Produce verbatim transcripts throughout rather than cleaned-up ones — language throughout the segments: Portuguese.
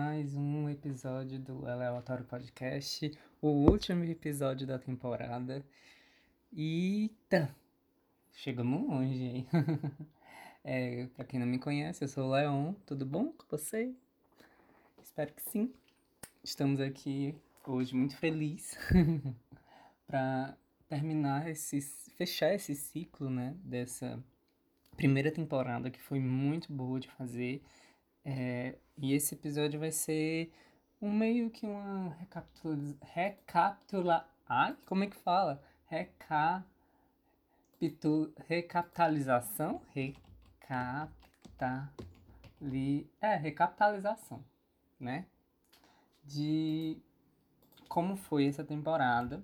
mais um episódio do Aleatório Podcast, o último episódio da temporada. Eita, chegamos longe, hein? É, pra quem não me conhece, eu sou o Leon, tudo bom com você? Espero que sim. Estamos aqui hoje muito felizes para terminar esse, fechar esse ciclo, né, dessa primeira temporada que foi muito boa de fazer. É, e esse episódio vai ser um meio que uma recapitula... recapitula... Ai, como é que fala? Recapitu... Recapitalização? Recapitali... É, recapitalização, né? De como foi essa temporada.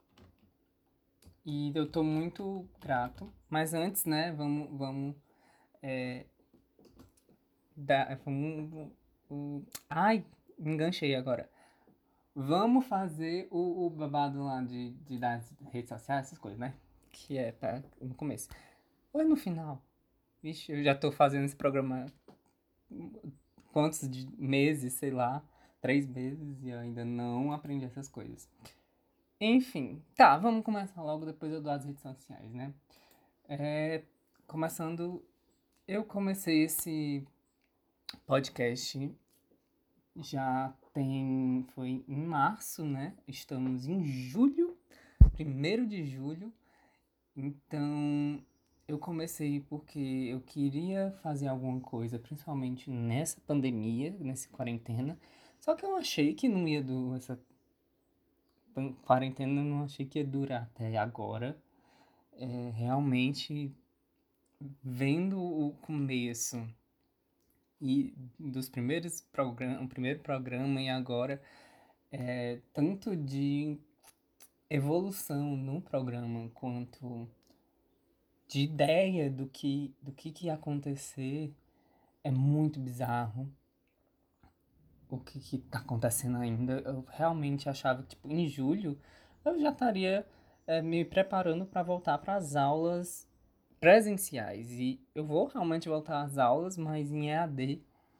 E eu tô muito grato. Mas antes, né, vamos... vamos é, dar, vamos, o- ai, me enganchei agora. Vamos fazer o, o babado lá de, de das redes sociais, essas coisas, né? Que é tá no começo. Ou é no final? Vixe, eu já tô fazendo esse programa quantos de meses, sei lá, três meses e eu ainda não aprendi essas coisas. Enfim, tá, vamos começar logo, depois eu dou as redes sociais, né? É, começando, eu comecei esse podcast já tem, foi em março, né? Estamos em julho, primeiro de julho. Então, eu comecei porque eu queria fazer alguma coisa, principalmente nessa pandemia, nessa quarentena. Só que eu achei que não ia durar, essa pan- quarentena eu não achei que ia durar até agora. É, realmente, vendo o começo e dos primeiros programas, o primeiro programa e agora, é, tanto de evolução no programa quanto de ideia do que, do que, que ia acontecer, é muito bizarro o que, que tá acontecendo ainda. Eu realmente achava que, tipo, em julho eu já estaria é, me preparando para voltar para as aulas presenciais. E eu vou realmente voltar às aulas, mas em E A D.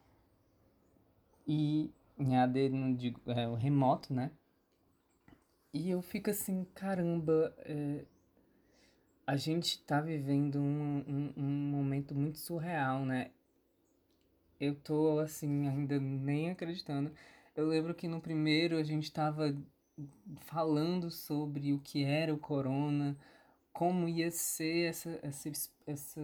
E em E A D, não digo, é o remoto, né? E eu fico assim, caramba, é, a gente tá vivendo um, um, um momento muito surreal, né? Eu tô, assim, ainda nem acreditando. Eu lembro que no primeiro a gente tava falando sobre o que era o corona, como ia ser essa, essa, essa,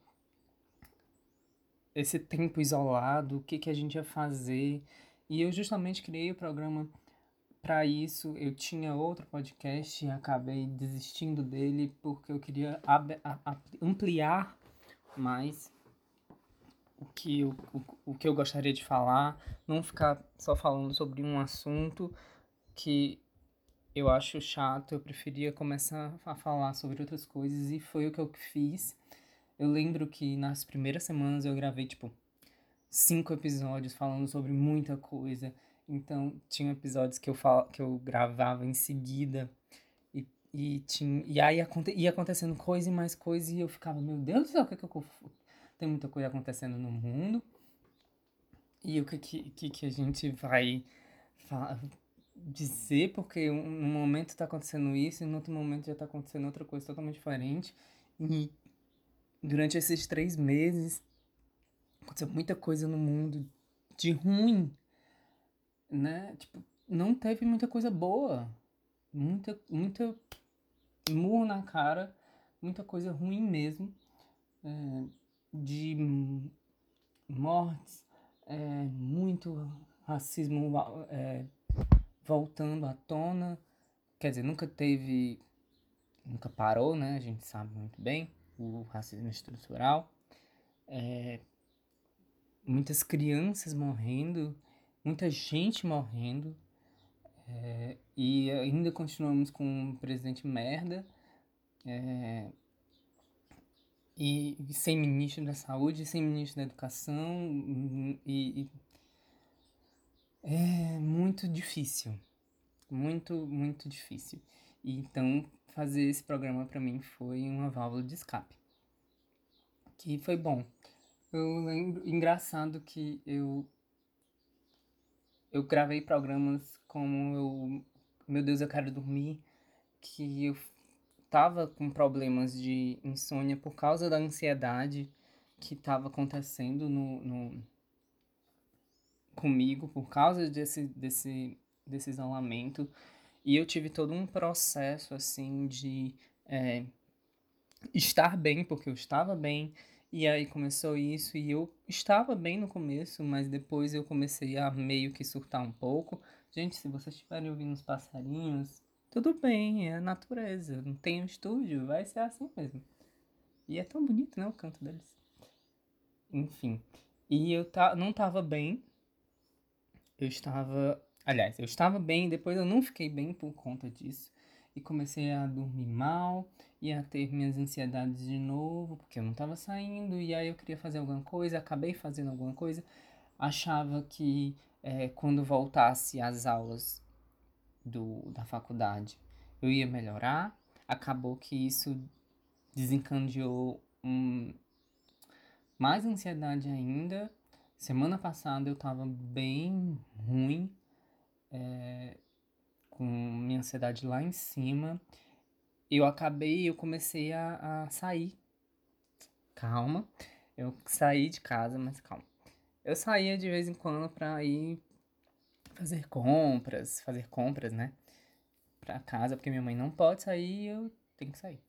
esse tempo isolado, o que, que a gente ia fazer. E eu justamente criei o programa para isso. Eu tinha outro podcast e acabei desistindo dele porque eu queria ab- a- a- ampliar mais o que eu, o, o que eu gostaria de falar, não ficar só falando sobre um assunto que eu acho chato, eu preferia começar a falar sobre outras coisas e foi o que eu fiz. Eu lembro que nas primeiras semanas eu gravei, tipo, cinco episódios falando sobre muita coisa. Então, tinha episódios que eu, fal... que eu gravava em seguida e, e, tinha... e aí aconte... ia acontecendo coisa e mais coisa e eu ficava, meu Deus do céu, o que é que eu... Tem muita coisa acontecendo no mundo. E o que, que, que que a gente vai fa- dizer, porque um um momento tá acontecendo isso e no outro momento já tá acontecendo outra coisa totalmente diferente. E durante esses três meses aconteceu muita coisa no mundo de ruim, né? Tipo, não teve muita coisa boa. Muita, muita murro na cara, muita coisa ruim mesmo. É, de mortes, é, muito racismo é, voltando à tona. Quer dizer, nunca teve, nunca parou, né? A gente sabe muito bem, o racismo estrutural. Muitas crianças morrendo, muita gente morrendo. É, e ainda continuamos com um presidente merda. É, e, e sem ministro da saúde, sem ministro da educação. E, e é muito difícil. Muito, muito difícil. E então, fazer esse programa pra mim foi uma válvula de escape. Que foi bom. Eu lembro, engraçado que eu eu gravei programas como eu, Meu Deus, eu quero dormir, que eu tava com problemas de insônia por causa da ansiedade que tava acontecendo no, no- comigo, por causa desse, desse, desse isolamento. E eu tive todo um processo, assim, de é, estar bem, porque eu estava bem. E aí começou isso, e eu estava bem no começo, mas depois eu comecei a meio que surtar um pouco. Gente, se vocês estiverem ouvindo os passarinhos, tudo bem, é a natureza. Não tem um estúdio, vai ser assim mesmo. E é tão bonito, né, o canto deles. Enfim. E eu ta não estava bem, eu estava. Aliás, eu estava bem, depois eu não fiquei bem por conta disso. E comecei a dormir mal e a ter minhas ansiedades de novo, porque eu não estava saindo. E aí eu queria fazer alguma coisa, acabei fazendo alguma coisa. Achava que é, quando voltasse às aulas do, da faculdade eu ia melhorar. Acabou que isso desencadeou um, mais ansiedade ainda. Semana passada eu tava bem ruim, com minha ansiedade lá em cima. Eu acabei, eu comecei a, a sair. Calma. Eu saí de casa, mas calma. Eu saía de vez em quando pra ir fazer compras, fazer compras, né? Pra casa, porque minha mãe não pode sair e eu tenho que sair.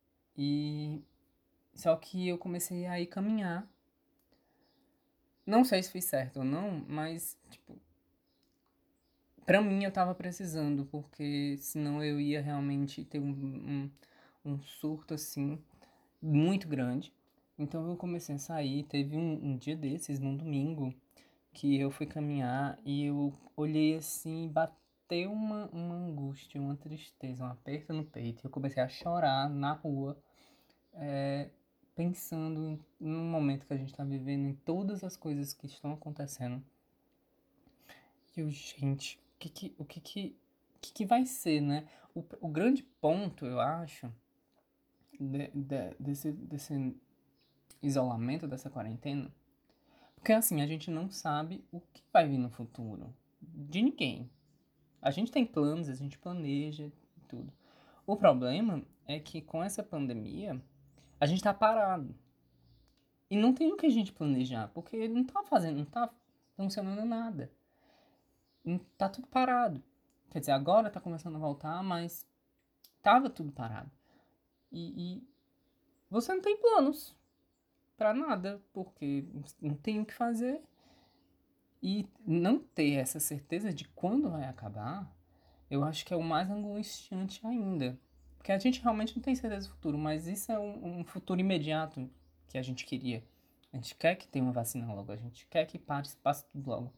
E só que eu comecei a ir caminhar. Não sei se fiz certo ou não, mas tipo, pra mim eu tava precisando, porque senão eu ia realmente ter um, um, um surto assim muito grande. Então eu comecei a sair. Teve um, um dia desses, num domingo, que eu fui caminhar e eu olhei assim e bateu uma, uma angústia, uma tristeza, um aperto no peito. Eu comecei a chorar na rua, é, pensando no momento que a gente tá vivendo, em todas as coisas que estão acontecendo. E eu, gente, o que que, o que que, o que que vai ser, né? O, o grande ponto, eu acho, de- de- desse, desse isolamento, dessa quarentena, porque assim, a gente não sabe o que vai vir no futuro. De ninguém. A gente tem planos, a gente planeja e tudo. O problema é que com essa pandemia, a gente tá parado. E não tem o que a gente planejar, porque não tá fazendo, não tá funcionando nada. Não- Tá tudo parado. Quer dizer, agora tá começando a voltar, mas tava tudo parado. E, e você não tem planos pra nada, porque não tem o que fazer. E não ter essa certeza de quando vai acabar, eu acho que é o mais angustiante ainda. Porque a gente realmente não tem certeza do futuro, mas isso é um, um futuro imediato que a gente queria. A gente quer que tenha uma vacina logo, a gente quer que passe, passe tudo logo.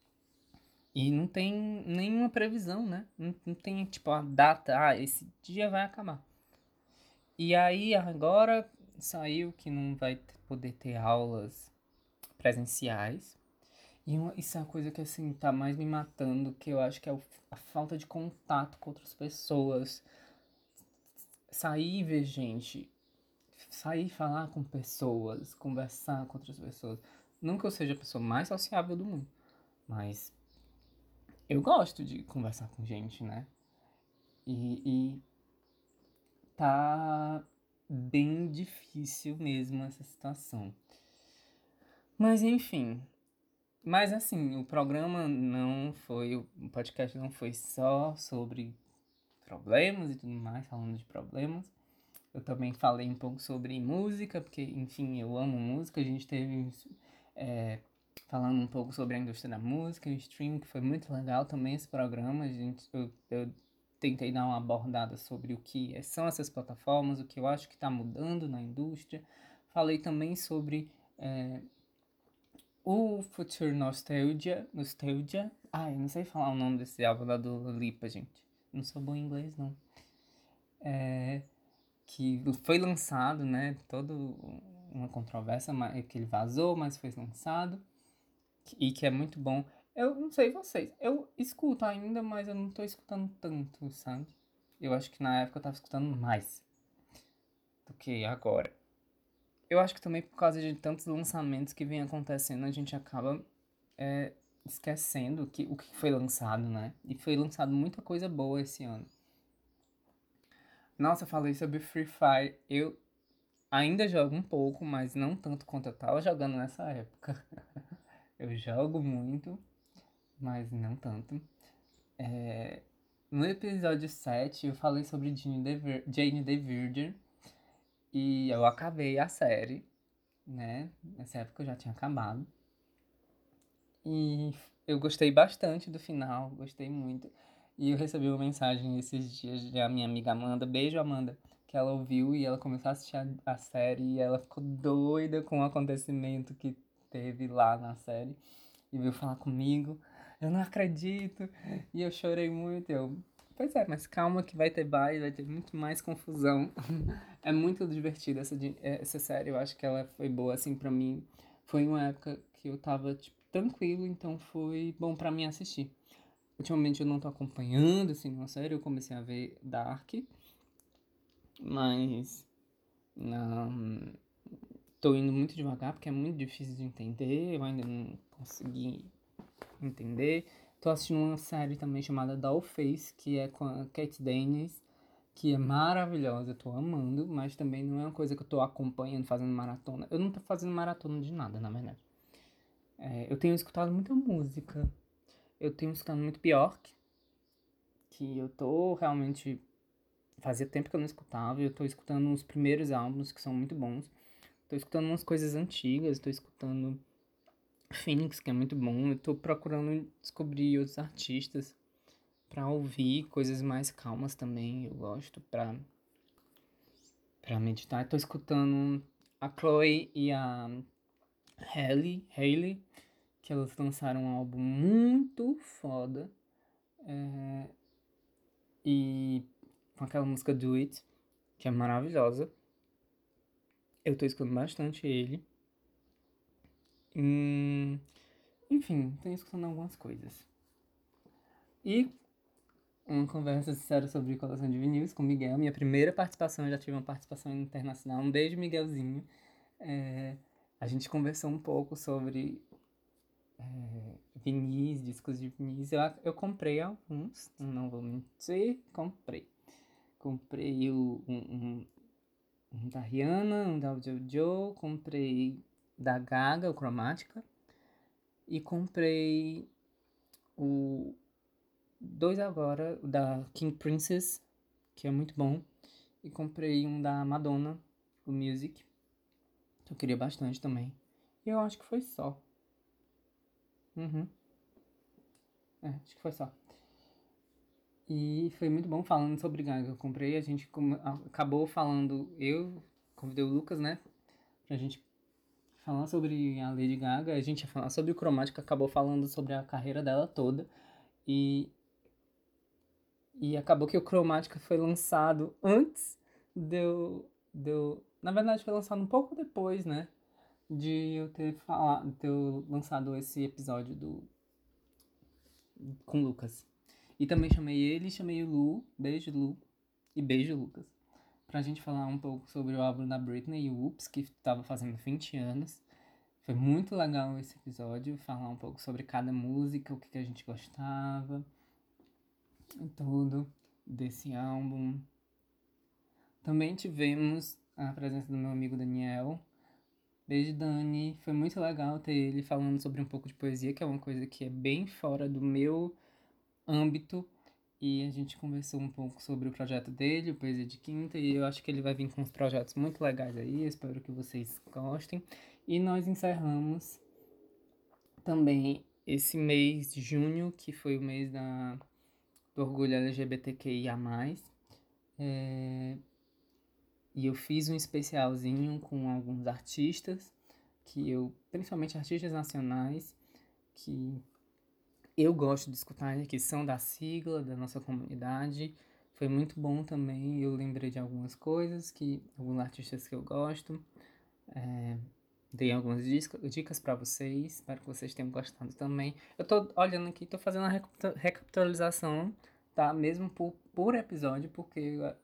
E não tem nenhuma previsão, né? Não, não tem, tipo, a data, ah, esse dia vai acabar. E aí agora saiu que não vai t- poder ter aulas presenciais. E uma- isso é uma coisa que, assim, tá mais me matando, que eu acho que é o- a falta de contato com outras pessoas. Sair e ver gente, sair e falar com pessoas, conversar com outras pessoas. Não que eu seja a pessoa mais sociável do mundo, mas eu gosto de conversar com gente, né? E, e tá bem difícil mesmo essa situação. Mas enfim. Mas assim, o programa não foi, o podcast não foi só sobre problemas e tudo mais, falando de problemas. Eu também falei um pouco sobre música, porque, enfim, eu amo música. A gente teve é, falando um pouco sobre a indústria da música e o streaming, que foi muito legal também esse programa. A gente, eu, eu tentei dar uma abordada sobre o que são essas plataformas, o que eu acho que está mudando na indústria. Falei também sobre é, o Future Nostalgia. Nostalgia. Ai, eu não sei falar o nome desse álbum lá do Lipa, gente. Não sou bom em inglês, não. Que foi lançado, né? Todo uma controvérsia, mas que ele vazou, mas foi lançado e que é muito bom. Eu não sei vocês, eu escuto ainda, mas eu não tô escutando tanto, sabe? Eu acho que na época eu tava escutando mais do que agora. Eu acho que também por causa de tantos lançamentos que vem acontecendo, a gente acaba esquecendo que, o que foi lançado, né? E foi lançado muita coisa boa esse ano. Nossa, eu falei sobre Free Fire. Eu ainda jogo um pouco, mas não tanto quanto eu tava jogando nessa época. Eu jogo muito, mas não tanto. É, No episódio sete eu falei sobre Jane the, Vir- Jane the Virgin e eu acabei a série, né? Nessa época eu já tinha acabado. E eu gostei bastante do final, gostei muito. E eu recebi uma mensagem esses dias da minha amiga Amanda, beijo Amanda, que ela ouviu e ela começou a assistir a, a série e ela ficou doida com o acontecimento que teve lá na série e veio falar comigo. Eu não acredito! E eu chorei muito. Eu, pois é, mas calma que vai ter mais, vai ter muito mais confusão. É muito divertida essa, di- essa série, eu acho que ela foi boa assim pra mim. Foi uma época que eu tava, tipo, tranquilo, então foi bom pra mim assistir. Ultimamente eu não tô acompanhando, assim, uma série, eu comecei a ver Dark, mas não tô indo muito devagar porque é muito difícil de entender, eu ainda não consegui entender. Tô assistindo uma série também chamada Dollface, que é com a Kate Dennis, que é maravilhosa, eu tô amando, mas também não é uma coisa que eu tô acompanhando, fazendo maratona. Eu não tô fazendo maratona de nada, na verdade. É, eu tenho escutado muita música. Eu tenho escutado muito Bjork, que eu tô realmente. Fazia tempo que eu não escutava, e eu tô escutando os primeiros álbuns, que são muito bons. Tô escutando umas coisas antigas, tô escutando Phoenix, que é muito bom. Eu tô procurando descobrir outros artistas pra ouvir coisas mais calmas também. Eu gosto pra, pra meditar. Tô escutando a Chloe e a Hailey, Hailey, que elas lançaram um álbum muito foda. É, e com aquela música Do It, que é maravilhosa. Eu tô escutando bastante ele. Hum, enfim, tô escutando algumas coisas. E uma conversa sincera sobre coleção de vinis com o Miguel. Minha primeira participação, eu já tive uma participação internacional. Um beijo, Miguelzinho. É, a gente conversou um pouco sobre é, vinis, discos de vinis. Eu, eu comprei alguns, não vou mentir, comprei. Comprei o, um, um, um da Rihanna, um da Jojo, comprei da Gaga, o Chromatica, e comprei o dois agora, o da King Princess, que é muito bom, e comprei um da Madonna, o Music, que eu queria bastante também. E eu acho que foi só. Uhum, é, acho que foi só. E foi muito bom falando sobre Gaga. Eu comprei, a gente come- a- acabou falando, eu convidei o Lucas, né, pra gente falar sobre a Lady Gaga. A gente ia falar sobre o Chromatica, acabou falando sobre a carreira dela toda. E, e acabou que o Chromatica foi lançado antes de eu, de eu- Na verdade, foi lançado um pouco depois, né? De eu ter falado, ter eu lançado esse episódio do, com o Lucas. E também chamei ele, chamei o Lu, beijo Lu, e beijo Lucas, pra gente falar um pouco sobre o álbum da Britney, o Oops, que tava fazendo vinte anos. Foi muito legal esse episódio, falar um pouco sobre cada música, o que, que a gente gostava e tudo desse álbum. Também tivemos a presença do meu amigo Daniel. Beijo, Dani. Foi muito legal ter ele falando sobre um pouco de poesia, que é uma coisa que é bem fora do meu âmbito. E a gente conversou um pouco sobre o projeto dele, o Poesia de Quinta, e eu acho que ele vai vir com uns projetos muito legais aí. Eu espero que vocês gostem. E nós encerramos também esse mês de junho, que foi o mês da, do orgulho L G B T Q I A mais. É, e eu fiz um especialzinho com alguns artistas, que eu, principalmente artistas nacionais, que eu gosto de escutar, que são da sigla, da nossa comunidade. Foi muito bom também, eu lembrei de algumas coisas, que alguns artistas que eu gosto. É, dei algumas disco- dicas pra vocês, espero que vocês tenham gostado também. Eu tô olhando aqui, tô fazendo a recapita- recapitalização, tá? Mesmo por, por episódio, porque eu,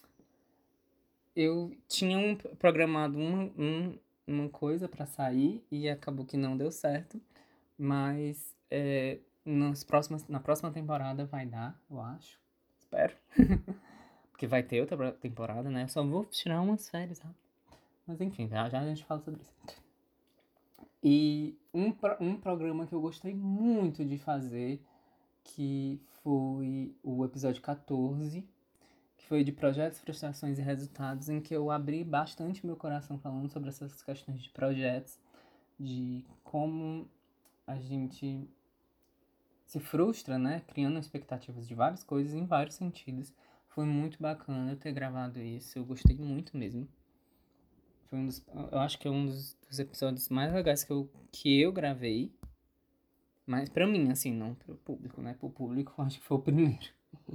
eu tinha um, programado uma, um, uma coisa pra sair e acabou que não deu certo. Mas é, nas próximas, na próxima temporada vai dar, eu acho. Espero. Porque vai ter outra temporada, né? Eu só vou tirar umas férias, sabe? Mas enfim, já, já a gente fala sobre isso. E um, pro- um programa que eu gostei muito de fazer, que foi o episódio catorze, que foi de projetos, frustrações e resultados, em que eu abri bastante meu coração falando sobre essas questões de projetos, de como a gente se frustra, né? Criando expectativas de várias coisas em vários sentidos. Foi muito bacana eu ter gravado isso, eu gostei muito mesmo. Foi um dos, eu acho que é um dos, dos episódios mais legais que eu, que eu gravei. Mas pra mim, assim, não pro público, né? Pro público, acho que foi o primeiro.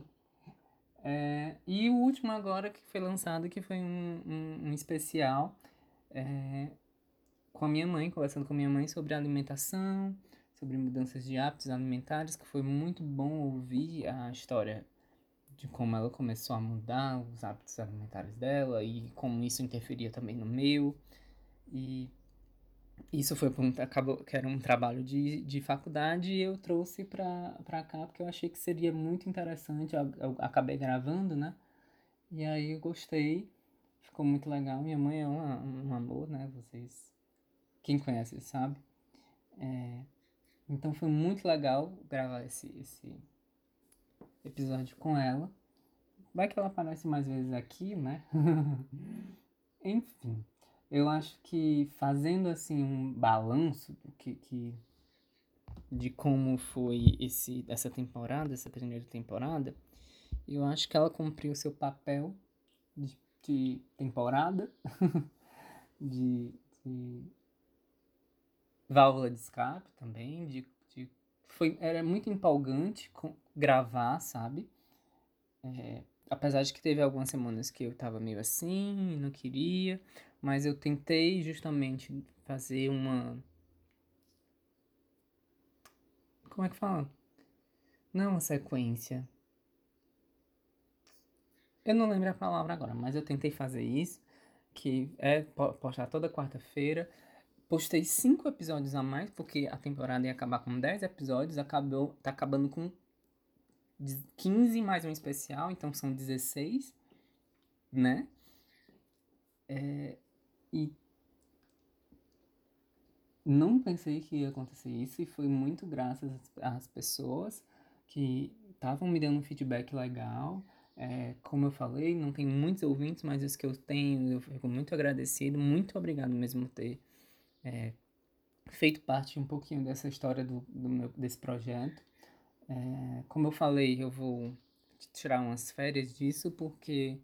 É, e o último agora que foi lançado, que foi um, um, um especial é, com a minha mãe, conversando com a minha mãe sobre alimentação, sobre mudanças de hábitos alimentares, que foi muito bom ouvir a história de como ela começou a mudar os hábitos alimentares dela e como isso interferia também no meu. E isso foi por um, acabou, que era um trabalho de, de faculdade e eu trouxe pra, pra cá porque eu achei que seria muito interessante. Eu, eu acabei gravando, né? E aí eu gostei, ficou muito legal. Minha mãe é uma, um amor, né? Vocês, quem conhece sabe. É, então foi muito legal gravar esse, esse episódio com ela. Vai que ela aparece mais vezes aqui, né? Enfim, eu acho que fazendo assim um balanço do que, que de como foi esse essa temporada, essa primeira temporada, eu acho que ela cumpriu seu papel de, de temporada, de, de válvula de escape também, de, de foi era muito empolgante com, gravar, sabe? É, apesar de que teve algumas semanas que eu tava meio assim, não queria, mas eu tentei justamente fazer uma. Como é que fala? Não é uma sequência. Eu não lembro a palavra agora, mas eu tentei fazer isso, que é po- postar toda quarta-feira. Postei cinco episódios a mais, porque a temporada ia acabar com dez episódios, acabou, tá acabando com quinze mais um especial, então são dezesseis, né? E não pensei que ia acontecer isso, e foi muito graças às pessoas que estavam me dando um feedback legal. É, como eu falei, não tenho muitos ouvintes, mas os que eu tenho, eu fico muito agradecido. Muito obrigado mesmo por ter feito parte um pouquinho dessa história do, do meu, desse projeto. É, como eu falei, eu vou tirar umas férias disso porque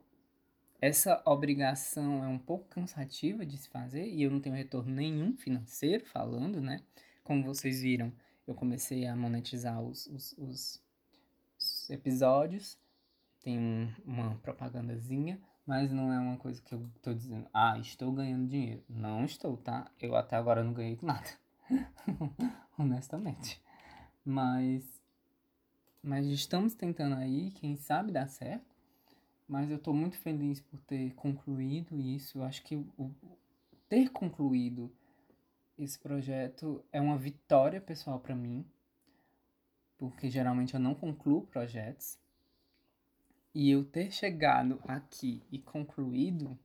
essa obrigação é um pouco cansativa de se fazer e eu não tenho retorno nenhum financeiro falando, né? Como vocês viram, eu comecei a monetizar os, os, os- os episódios, tem um- uma propagandazinha, mas não é uma coisa que eu tô dizendo, ah, estou ganhando dinheiro. Não estou, tá? Eu até agora não ganhei nada, honestamente. Mas, mas estamos tentando aí, quem sabe dá certo. Mas eu estou muito feliz por ter concluído isso. Eu acho que o, ter concluído esse projeto é uma vitória pessoal para mim, porque geralmente eu não concluo projetos. E eu ter chegado aqui e concluído,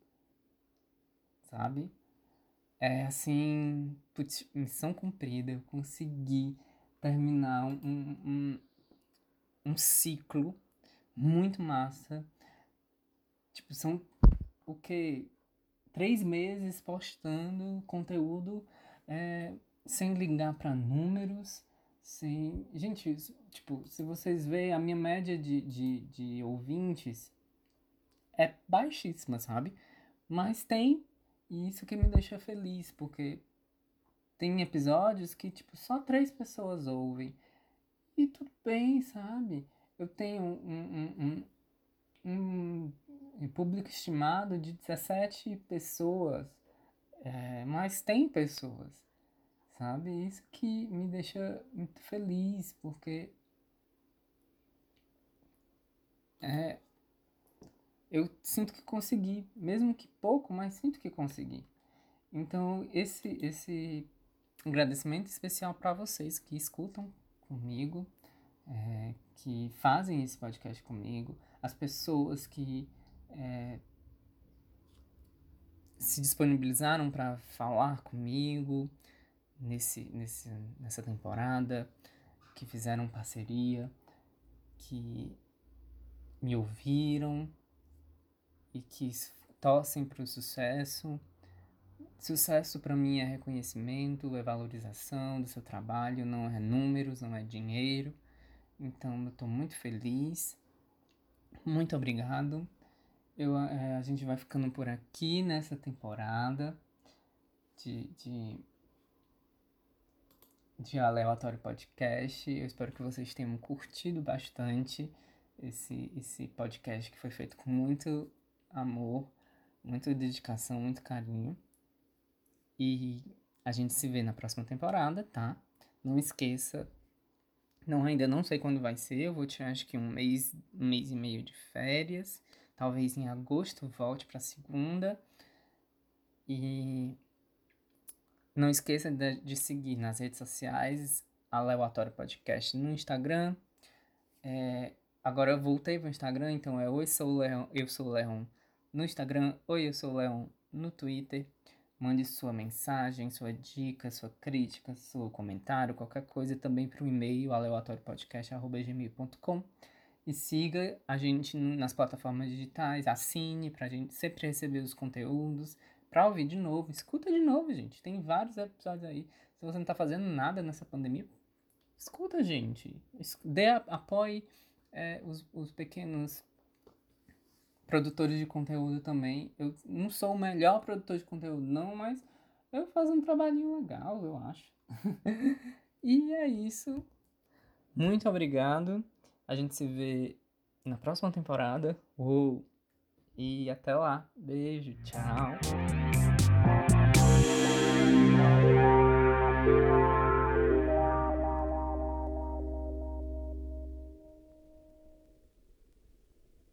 sabe? É assim, putz, missão cumprida. Eu consegui terminar um, um, um ciclo muito massa. Tipo, são o quê? Três meses postando conteúdo é, sem ligar para números, sem... Gente, isso, tipo, se vocês verem, a minha média de, de, de ouvintes é baixíssima, sabe? Mas tem, e isso que me deixa feliz, porque tem episódios que, tipo, só três pessoas ouvem. E tudo bem, sabe? Eu tenho um, um, um, um público estimado de dezessete pessoas. É, mas tem pessoas, sabe? Isso que me deixa muito feliz, porque é, eu sinto que consegui, mesmo que pouco, mas sinto que consegui. Então, esse, esse um agradecimento especial para vocês que escutam comigo, é, que fazem esse podcast comigo, as pessoas que é, se disponibilizaram para falar comigo nesse, nesse, nessa temporada, que fizeram parceria, que me ouviram e que torcem para o sucesso. Sucesso para mim é reconhecimento, é valorização do seu trabalho, não é números, não é dinheiro. Então eu estou muito feliz. Muito obrigado. Eu, é, a gente vai ficando por aqui nessa temporada de, de, de Aleatório Podcast. Eu espero que vocês tenham curtido bastante esse, esse podcast que foi feito com muito amor, muita dedicação, muito carinho. E a gente se vê na próxima temporada, tá? Não esqueça. Não, ainda não sei quando vai ser. Eu vou tirar acho que um mês, um mês e meio de férias. Talvez em agosto volte pra segunda. E não esqueça de, de seguir nas redes sociais Aleatório Podcast no Instagram. É, agora eu voltei pro Instagram, então é Oi Sou Leon, eu sou o Leon no Instagram, Oi Eu Sou o Leon no Twitter. Mande sua mensagem, sua dica, sua crítica, seu comentário, qualquer coisa também para o e-mail aleatóriopodcast arroba gmail ponto com. E siga a gente nas plataformas digitais, assine pra gente sempre receber os conteúdos. Pra ouvir de novo, escuta de novo, gente. Tem vários episódios aí. Se você não tá fazendo nada nessa pandemia, escuta, gente. Dê, apoie é, os, os pequenos produtores de conteúdo também. Eu não sou o melhor produtor de conteúdo, não, mas eu faço um trabalhinho legal, eu acho. E é isso. Muito obrigado. A gente se vê na próxima temporada. Uou! E até lá. Beijo, tchau.